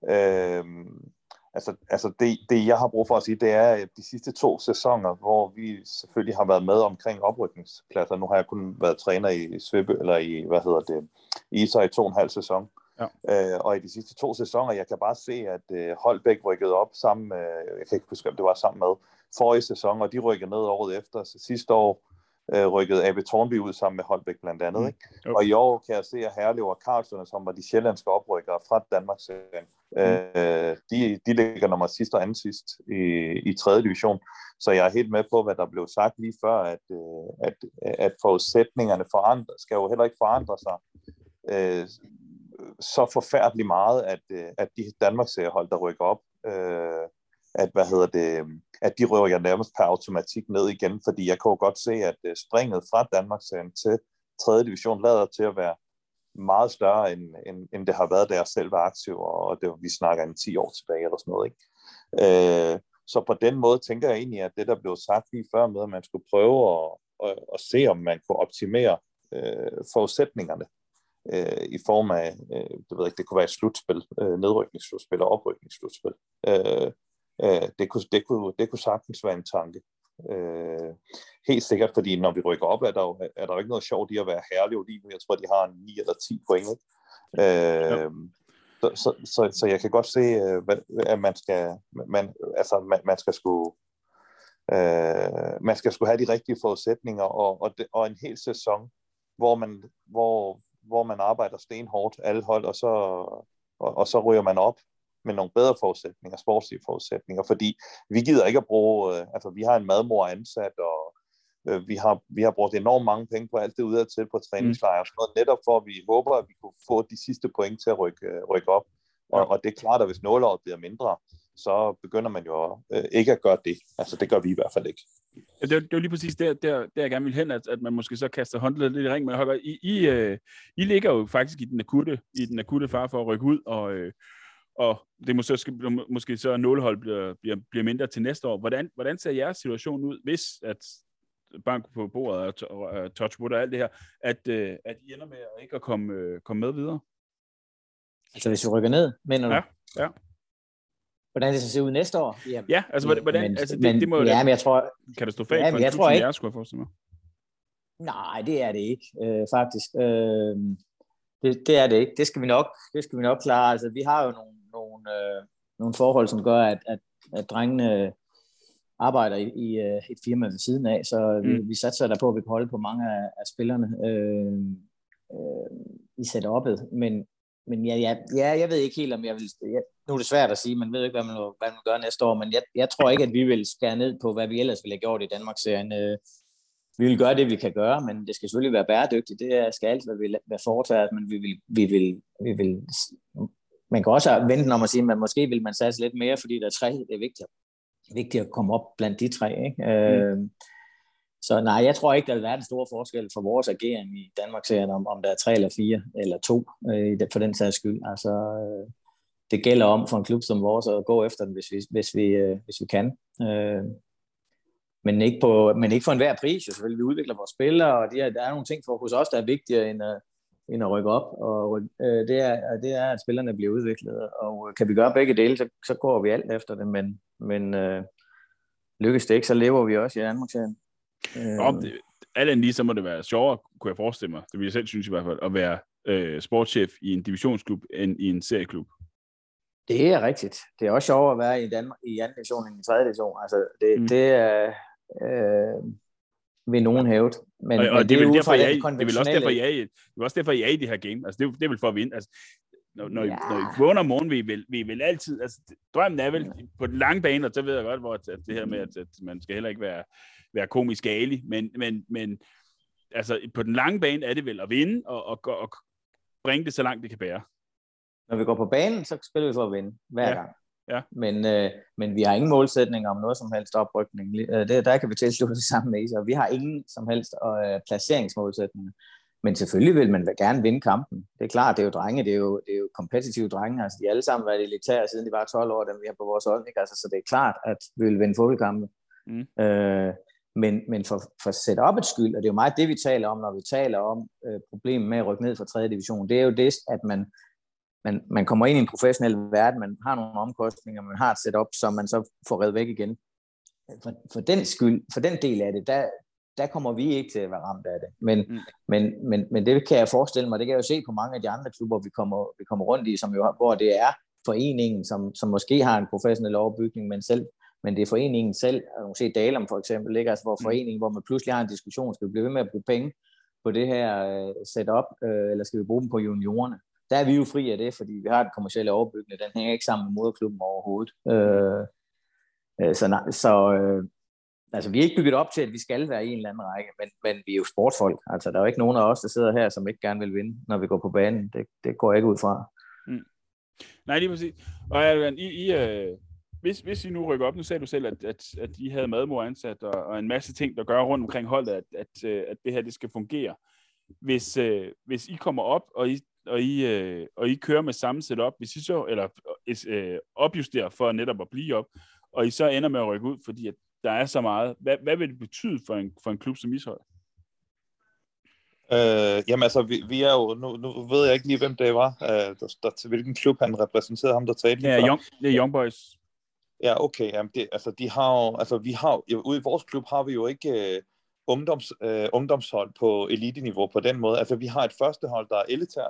Altså det jeg har brug for at sige, det er at de sidste 2 sæsoner, hvor vi selvfølgelig har været med omkring oprykningspladser. Nu har jeg kun været træner i Svebø, eller i Ishøj i 2,5 sæson. Ja. Og i de sidste 2 sæsoner, jeg kan bare se, at Holbæk rykkede op sammen med, jeg kan ikke huske, om det var sammen med forrige sæson, og de rykkede ned året efter. Så sidste år rykkede AB Tårnby ud sammen med Holbæk blandt andet. Ikke? Okay. Og i år kan jeg se, at Herlev og Karlsson, som var de sjællandske oprykkere fra Danmarksserien, de ligger nummer sidst og anden sidst i 3. division. Så jeg er helt med på, hvad der blev sagt lige før, at forudsætningerne skal jo heller ikke forandre sig så forfærdeligt meget, at de Danmarksseriehold, der rykker op, at de rykker nærmest per automatik ned igen, fordi jeg kan jo godt se, at springet fra Danmarksserien til 3. division lader til at være meget større, end det har været, da jeg selv var aktiv, og vi snakker en 10 år tilbage eller sådan noget. Ikke? Så på den måde tænker jeg egentlig, at det, der blev sagt lige før med, at man skulle prøve at se, om man kunne optimere forudsætningerne i form af, det kunne være et slutspil, nedrykningsslutspil og oprykningsslutspil. Det kunne sagtens være en tanke. Helt sikkert, fordi når vi rykker op, er der jo ikke noget sjovt i at være Herlev lige nu. Jeg tror, de har 9 eller 10 point. Så jeg kan godt se, at man skal sgu have de rigtige forudsætninger, og en hel sæson, hvor man arbejder stenhårdt alle hold, og så ryger man op med nogle bedre forudsætninger, sportslige forudsætninger, fordi vi gider ikke at bruge, vi har en madmor ansat, og vi har brugt enormt mange penge på alt det udadtil på træningslejre, netop for at vi håber, at vi kunne få de sidste point til at rykke op. Og det er klart, at hvis nåleåret bliver mindre, så begynder man jo ikke at gøre det. Altså det gør vi i hvert fald ikke. Ja, det var lige præcis der jeg gerne ville hen, at man måske så kaster håndledet lidt i ring. Men Holger, I ligger jo faktisk i den akutte fare for at rykke ud, og det måske så nålehold bliver mindre til næste år. Hvordan ser jeres situation ud, hvis at bank på bordet og touchwood og alt det her, at I ender med at ikke at komme med videre? Altså hvis vi rykker ned, mener du? Ja. Hvordan det så ser ud næste år? Ja, altså hvordan, det må jo... Ja, men jeg tror... Katastrofalt for en klub, som jeg skulle have forestillet mig. Nej, det er det ikke, faktisk. Det er det ikke. Det skal vi nok klare. Altså, vi har jo nogle forhold, som gør, at drengene arbejder i et firma ved siden af, så vi satser der på, at vi kan holde på mange af spillerne i setup'et. Men jeg ved ikke helt, om jeg vil... Nu er det svært at sige, man ved ikke, hvad man gør næste år, men jeg tror ikke, at vi vil skære ned på, hvad vi ellers ville have gjort i Danmarksserien. Vi vil gøre det, vi kan gøre, men det skal selvfølgelig være bæredygtigt. Det skal alt være foretaget, men vi vil... Man kan også vente om at sige, at måske vil man satse lidt mere, fordi der er 3, det er vigtigt at komme op blandt de 3, ikke? Så nej, jeg tror ikke, der vil være en stor forskel for vores agering i Danmarksserien, om der er 3 eller 4 eller 2 for den sags skyld. Altså, det gælder om for en klub som vores at gå efter den, hvis vi kan. Men ikke for enhver pris. Jo, selvfølgelig, vi udvikler vores spillere, og der er nogle ting hos os, der er vigtigere end at rykke op. Og det er, at spillerne bliver udviklet. Og kan vi gøre begge dele, så går vi alt efter det. Men lykkes det ikke, så lever vi også i Danmarksserien. Alt andet lige, så må det være sjovere, kunne jeg forestille mig. Det vil jeg selv synes i hvert fald, at være sportschef i en divisionsklub end i en serieklub. Det er rigtigt. Det er også sjovere at være i Danmark i anden division end i tredje division. Altså, det er ved nogen hævet. Men det er vel derfor, I er i det her game. Altså, det er vel for at vinde. Altså, når I vågner om morgenen, vi vil altid... Altså, drømmen er vel på den lange bane, og så ved jeg godt, hvor at det her med, at man skal heller ikke være komisk ærlig, men altså, på den lange bane er det vel at vinde og bringe det så langt, det kan bære. Når vi går på banen, så spiller vi for at vinde hver gang. Ja. Men vi har ingen målsætninger om noget som helst oprykning. Der kan vi tilslutte det sammen med Isa. Vi har ingen som helst placeringsmålsætninger. Men selvfølgelig vil man gerne vinde kampen. Det er klart, det er jo drenge, det er jo kompetitive drenge. Altså, de har alle sammen været elitære, siden de var 12 år, dem vi har på vores hold. Ikke? Altså, så det er klart, at vi vil vinde fodboldkampe. Men for setupets skyld, og det er jo meget det, vi taler om, når vi taler om problemet med at rykke ned fra 3. division, det er jo det, at man kommer ind i en professionel verden, man har nogle omkostninger, man har et setup, som man så får revet væk igen. For den skyld, for den del af det, der kommer vi ikke til at være ramt af det. Men det kan jeg forestille mig, det kan jeg jo se på mange af de andre klubber, vi kommer rundt i, hvor det er foreningen, som måske har en professionel overbygning, men det er foreningen selv, og du se Dalum for eksempel, ikke? Altså, hvor foreningen, hvor man pludselig har en diskussion, skal vi blive ved med at bruge penge på det her setup, eller skal vi bruge dem på juniorerne? Der er vi jo fri af det, fordi vi har den kommercielle overbygning, den hænger ikke sammen med moderklubben overhovedet. Altså, vi er ikke bygget op til, at vi skal være i en eller anden række, men vi er jo sportsfolk. Altså, der er jo ikke nogen af os, der sidder her, som ikke gerne vil vinde, når vi går på banen. Det går jeg ikke ud fra. Nej, lige præcis. Og hvis I nu rykker op, nu sagde du selv, at I havde madmor ansat, og en masse ting, der gør rundt omkring holdet, at det her, det skal fungere. Hvis I kommer op, og I kører med samme setup, hvis I så, eller opjusterer for netop at blive op, og I så ender med at rykke ud, fordi at der er så meget. Hvad vil det betyde for en klub som Ishøj? Jamen altså, vi er jo, nu ved jeg ikke lige, hvem det var, der til hvilken klub han repræsenterede, ham der talte lige før. Det er Young Boys. Ja, okay. Jamen vi har jo, ude i vores klub har vi jo ikke ungdomshold på eliteniveau på den måde. Altså, vi har et førstehold, der er elitært.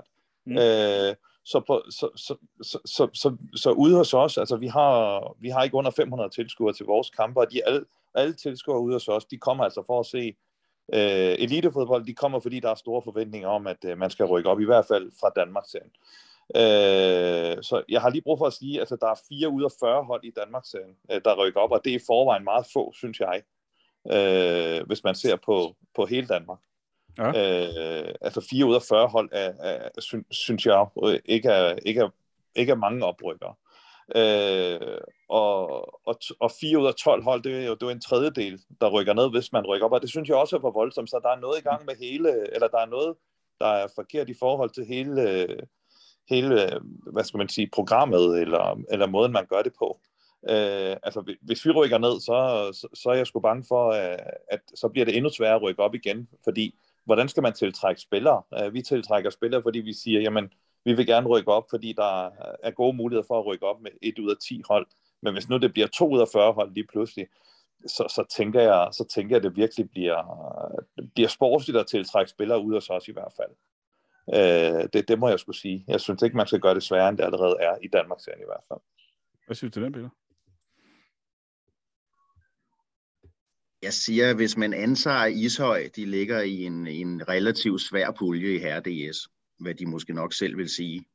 Så ude hos os, altså vi har ikke under 500 tilskuere til vores kampe, og alle tilskuere ude hos os, de kommer altså for at se elitefodbold. De kommer, fordi der er store forventninger om, at man skal rykke op, i hvert fald fra Danmarksserien. Så jeg har lige brug for at sige, altså der er 4 ud af 40 hold i Danmarksserien, der rykker op, og det er i forvejen meget få, synes jeg, hvis man ser på hele Danmark. Ja. Altså 4 ud af 40 hold synes jeg ikke er mange oprykkere. Og 4 ud af 12 hold, det er jo en tredjedel, der rykker ned, hvis man rykker op, og det synes jeg også er for voldsomt, så der er noget i gang med eller der er noget, der er forkert i forhold til hele hvad skal man sige, programmet, eller måden, man gør det på. Altså, hvis vi rykker ned, så er jeg sgu bange for, at så bliver det endnu sværere at rykke op igen, fordi hvordan skal man tiltrække spillere? Vi tiltrækker spillere, fordi vi siger, jamen, vi vil gerne rykke op, fordi der er gode muligheder for at rykke op med 1 ud af 10 hold. Men hvis nu det bliver 2 ud af 40 hold lige pludselig, så tænker jeg, det virkelig bliver sportsligt at tiltrække spillere ud af os i hvert fald. Det må jeg skulle sige. Jeg synes ikke, man skal gøre det sværere, end det allerede er i Danmarksserien i hvert fald. Hvad synes du den, Peter? Jeg siger, at hvis man antager, at Ishøj, de ligger i en relativt svær pulje i herre DS, hvad de måske nok selv vil sige,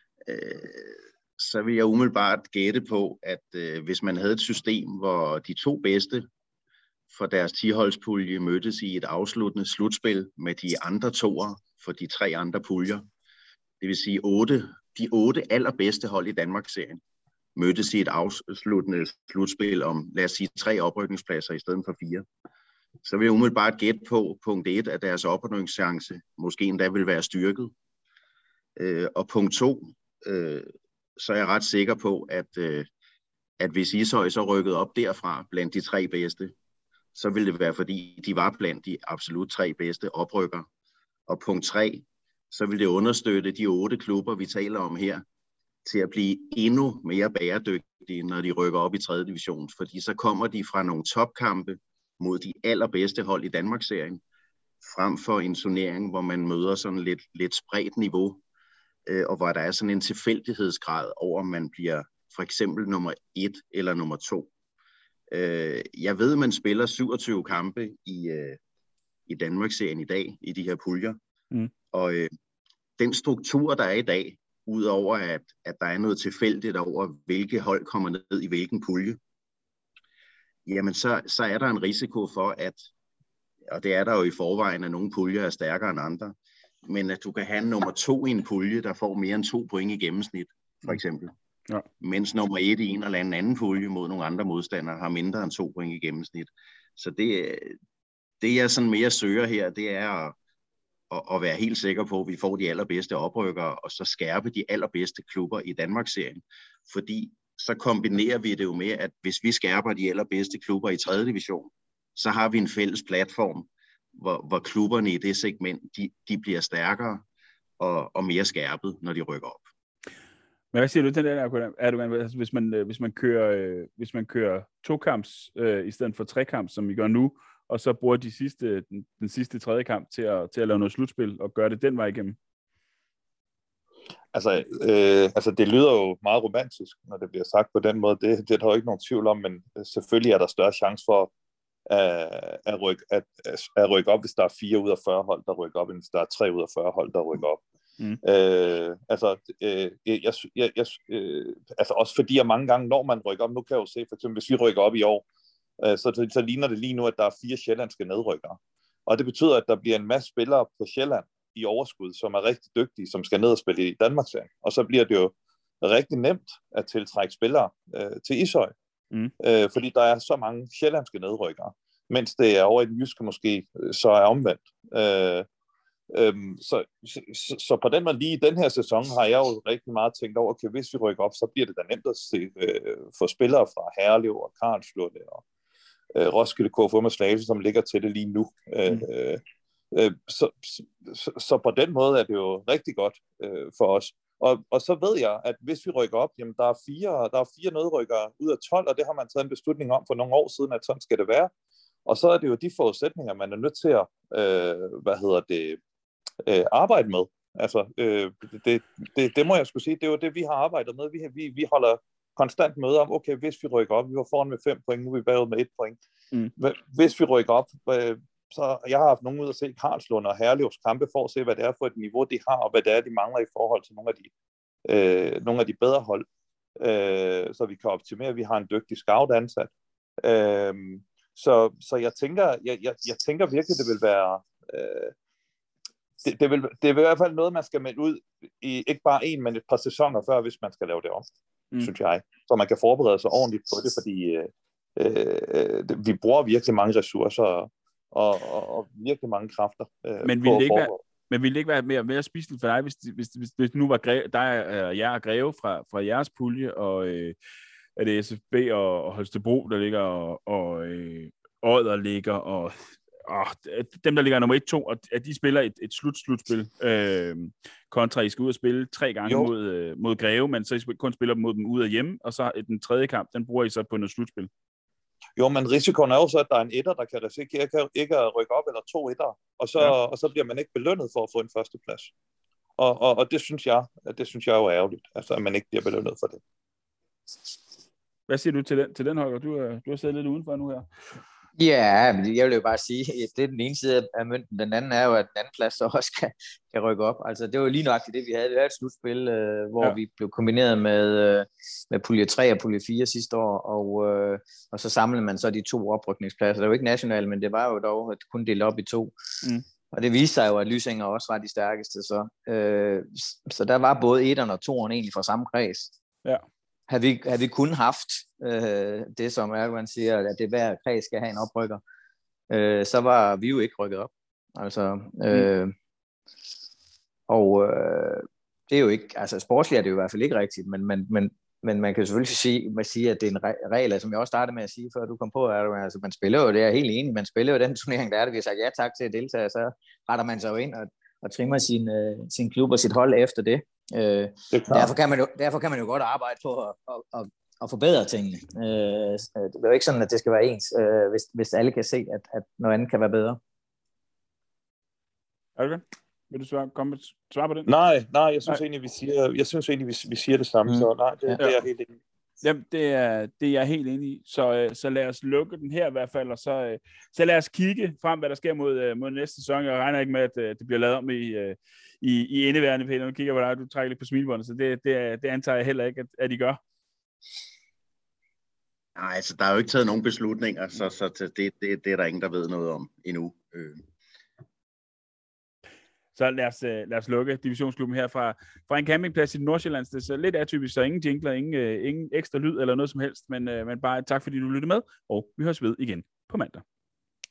så vil jeg umiddelbart gætte på, at hvis man havde et system, hvor de 2 bedste for deres 10-holdspulje mødtes i et afsluttende slutspil med de andre 2'ere for de 3 andre puljer, det vil sige de 8 allerbedste hold i Danmarksserien, mødtes i et afsluttende slutspil om, lad os sige, 3 oprykningspladser i stedet for 4. Så vil jeg umiddelbart gætte på punkt 1, at deres oprykningschance måske endda vil være styrket. Og punkt 2, så er jeg ret sikker på, at hvis Ishøj så rykkede op derfra blandt de 3 bedste, så ville det være, fordi de var blandt de absolut 3 bedste oprykker. Og punkt 3, så vil det understøtte de 8 klubber, vi taler om her, til at blive endnu mere bæredygtige, når de rykker op i 3. division. Fordi så kommer de fra nogle topkampe mod de allerbedste hold i Danmarksserien, frem for en turnering, hvor man møder sådan lidt spredt niveau, og hvor der er sådan en tilfældighedsgrad over, om man bliver for eksempel nummer 1 eller nummer 2. Jeg ved, man spiller 27 kampe i Danmarksserien i dag, i de her puljer. Og den struktur, der er i dag, udover at der er noget tilfældigt over, hvilke hold kommer ned i hvilken pulje, jamen så er der en risiko for, og det er der jo i forvejen, at nogle puljer er stærkere end andre, men at du kan have nummer 2 i en pulje, der får mere end 2 point i gennemsnit, for eksempel. Ja. Mens nummer 1 i en eller anden pulje mod nogle andre modstandere har mindre end 2 point i gennemsnit. Så det jeg sådan mere søger her, det er at være helt sikker på, at vi får de allerbedste oprykkere, og så skærpe de allerbedste klubber i Danmarksserien. Fordi så kombinerer vi det jo med, at hvis vi skærper de allerbedste klubber i 3. division, så har vi en fælles platform, hvor klubberne i det segment, de bliver stærkere og mere skærpet, når de rykker op. Men hvad siger du til den der, Erdogan? Altså, hvis man kører 2-kamps i stedet for 3-kamps, som vi gør nu, og så bruger den sidste 3. kamp til at lave noget slutspil og gøre det den vej igennem? Altså det lyder jo meget romantisk, når det bliver sagt på den måde. Det er der jo ikke nogen tvivl om, men selvfølgelig er der større chance for at rykke op, hvis der er 4 ud af 40 hold, der rykker op, end hvis der er 3 ud af 40 hold, der rykker op. Altså også fordi, at mange gange, når man rykker op, nu kan jeg jo se, for eksempel, hvis vi rykker op i år, så ligner det lige nu, at der er 4 sjællandske nedrykkere. Og det betyder, at der bliver en masse spillere på Sjælland i overskud, som er rigtig dygtige, som skal ned og spille i Danmarksserien. Og så bliver det jo rigtig nemt at tiltrække spillere til Ishøj. Fordi der er så mange sjællandske nedrykkere. Mens det er over i den jyske måske, så er omvendt. Så på den måde lige i den her sæson har jeg jo rigtig meget tænkt over, okay, hvis vi rykker op, så bliver det da nemt at se, få spillere fra Herlev og Karlslunde og Roskilde KFUM og Slagelse, som ligger til det lige nu. Så på den måde er det jo rigtig godt for os. Og så ved jeg, at hvis vi rykker op, jamen der er 4 nedrykkere ud af 12, og det har man taget en beslutning om for nogle år siden, at sådan skal det være. Og så er det jo de forudsætninger, man er nødt til at arbejde med. Altså, det må jeg skulle sige, det er jo det, vi har arbejdet med. Vi holder konstant møder om, okay, hvis vi rykker op, vi var foran med 5 point, nu er vi bagud med 1 point. Hvis vi rykker op, så jeg har haft nogen ud at se Karlslunde og Herlevs kampe for at se, hvad det er for et niveau, de har, og hvad det er, de mangler i forhold til nogle af de bedre hold, så vi kan optimere. Vi har en dygtig scout ansat. Så jeg tænker virkelig, det vil være det er i hvert fald noget, man skal melde ud i ikke bare 1, men et par sæsoner før, hvis man skal lave det om, synes jeg. Så man kan forberede sig ordentligt på det, fordi vi bruger virkelig mange ressourcer og virkelig mange kræfter. Men ville det ikke være mere spiseligt for dig, hvis nu var jeg og Greve fra jeres pulje, og er det SFB og Holstebro, der ligger, og Odder ligger, og dem, der ligger nummer 1, 2, og at de spiller et slutspil, kontra I skal ud og spille 3 gange mod Greve, men så I kun spiller mod dem ud af hjemme, og så den 3. kamp, den bruger I så på noget slutspil. Jo, men risikoen er jo så, at der er en etter, der kan risikere ikke at rykke op, eller 2 etter, og så bliver man ikke belønnet for at få en førsteplads. Og det synes jeg er jo ærgerligt, altså at man ikke bliver belønnet for det. Hvad siger du til den Holger? Du har siddet lidt udenfor nu her. Ja, men jeg vil jo bare sige, at det er den ene side af mønten. Den anden er jo, at den anden plads så også kan rykke op. Altså, det var lige nøjagtigt det, vi havde. Det var et slutspil, hvor vi blev kombineret med pulje 3 og pulje 4 sidste år, og så samlede man så de 2 oprykningspladser. Det var ikke nationalt, men det var jo dog kun delt op i 2. Mm. Og det viste sig jo, at Lysinger også var de stærkeste. Så der var både 1'eren og 2'eren egentlig fra samme kreds. Ja. Havde vi kun haft det, som Erdogan siger, at det hver kreds skal have en oprykker, så var vi jo ikke rykket op. Altså, det er jo ikke, altså sportsligt er det jo i hvert fald ikke rigtigt, men man kan selvfølgelig sige, at det er en regel, som jeg også startede med at sige, før du kom på, Erdogan. Altså man spiller jo, det er jeg helt enig, man spiller jo den turnering, der er det, vi har sagt ja tak til at deltage, så retter man sig jo ind og trimmer sin klub og sit hold efter det. Derfor kan man jo godt arbejde på at forbedre tingene. Det er jo ikke sådan, at det skal være ens, hvis alle kan se, at noget andet kan være bedre. Okay. Vil du svare på den? Nej, jeg synes egentlig, vi siger det samme, så nej, det er jeg helt enig. Jamen, det er jeg helt enig i. Så lad os lukke den her i hvert fald, og så lad os kigge frem, hvad der sker mod næste sæson. Jeg regner ikke med, at det bliver lavet om i indeværende, Peter. Nu kigger på dig, du trækker lidt på smilebåndet, så det antager jeg heller ikke, at I gør. Nej, altså der er jo ikke taget nogen beslutninger, så det er der ingen, der ved noget om endnu. Så lad os lukke divisionsklubben her fra en campingplads i Nordsjælland. Det er lidt atypisk, så ingen jingler, ingen ekstra lyd eller noget som helst, men bare tak fordi du lyttede med, og vi høres ved igen på mandag.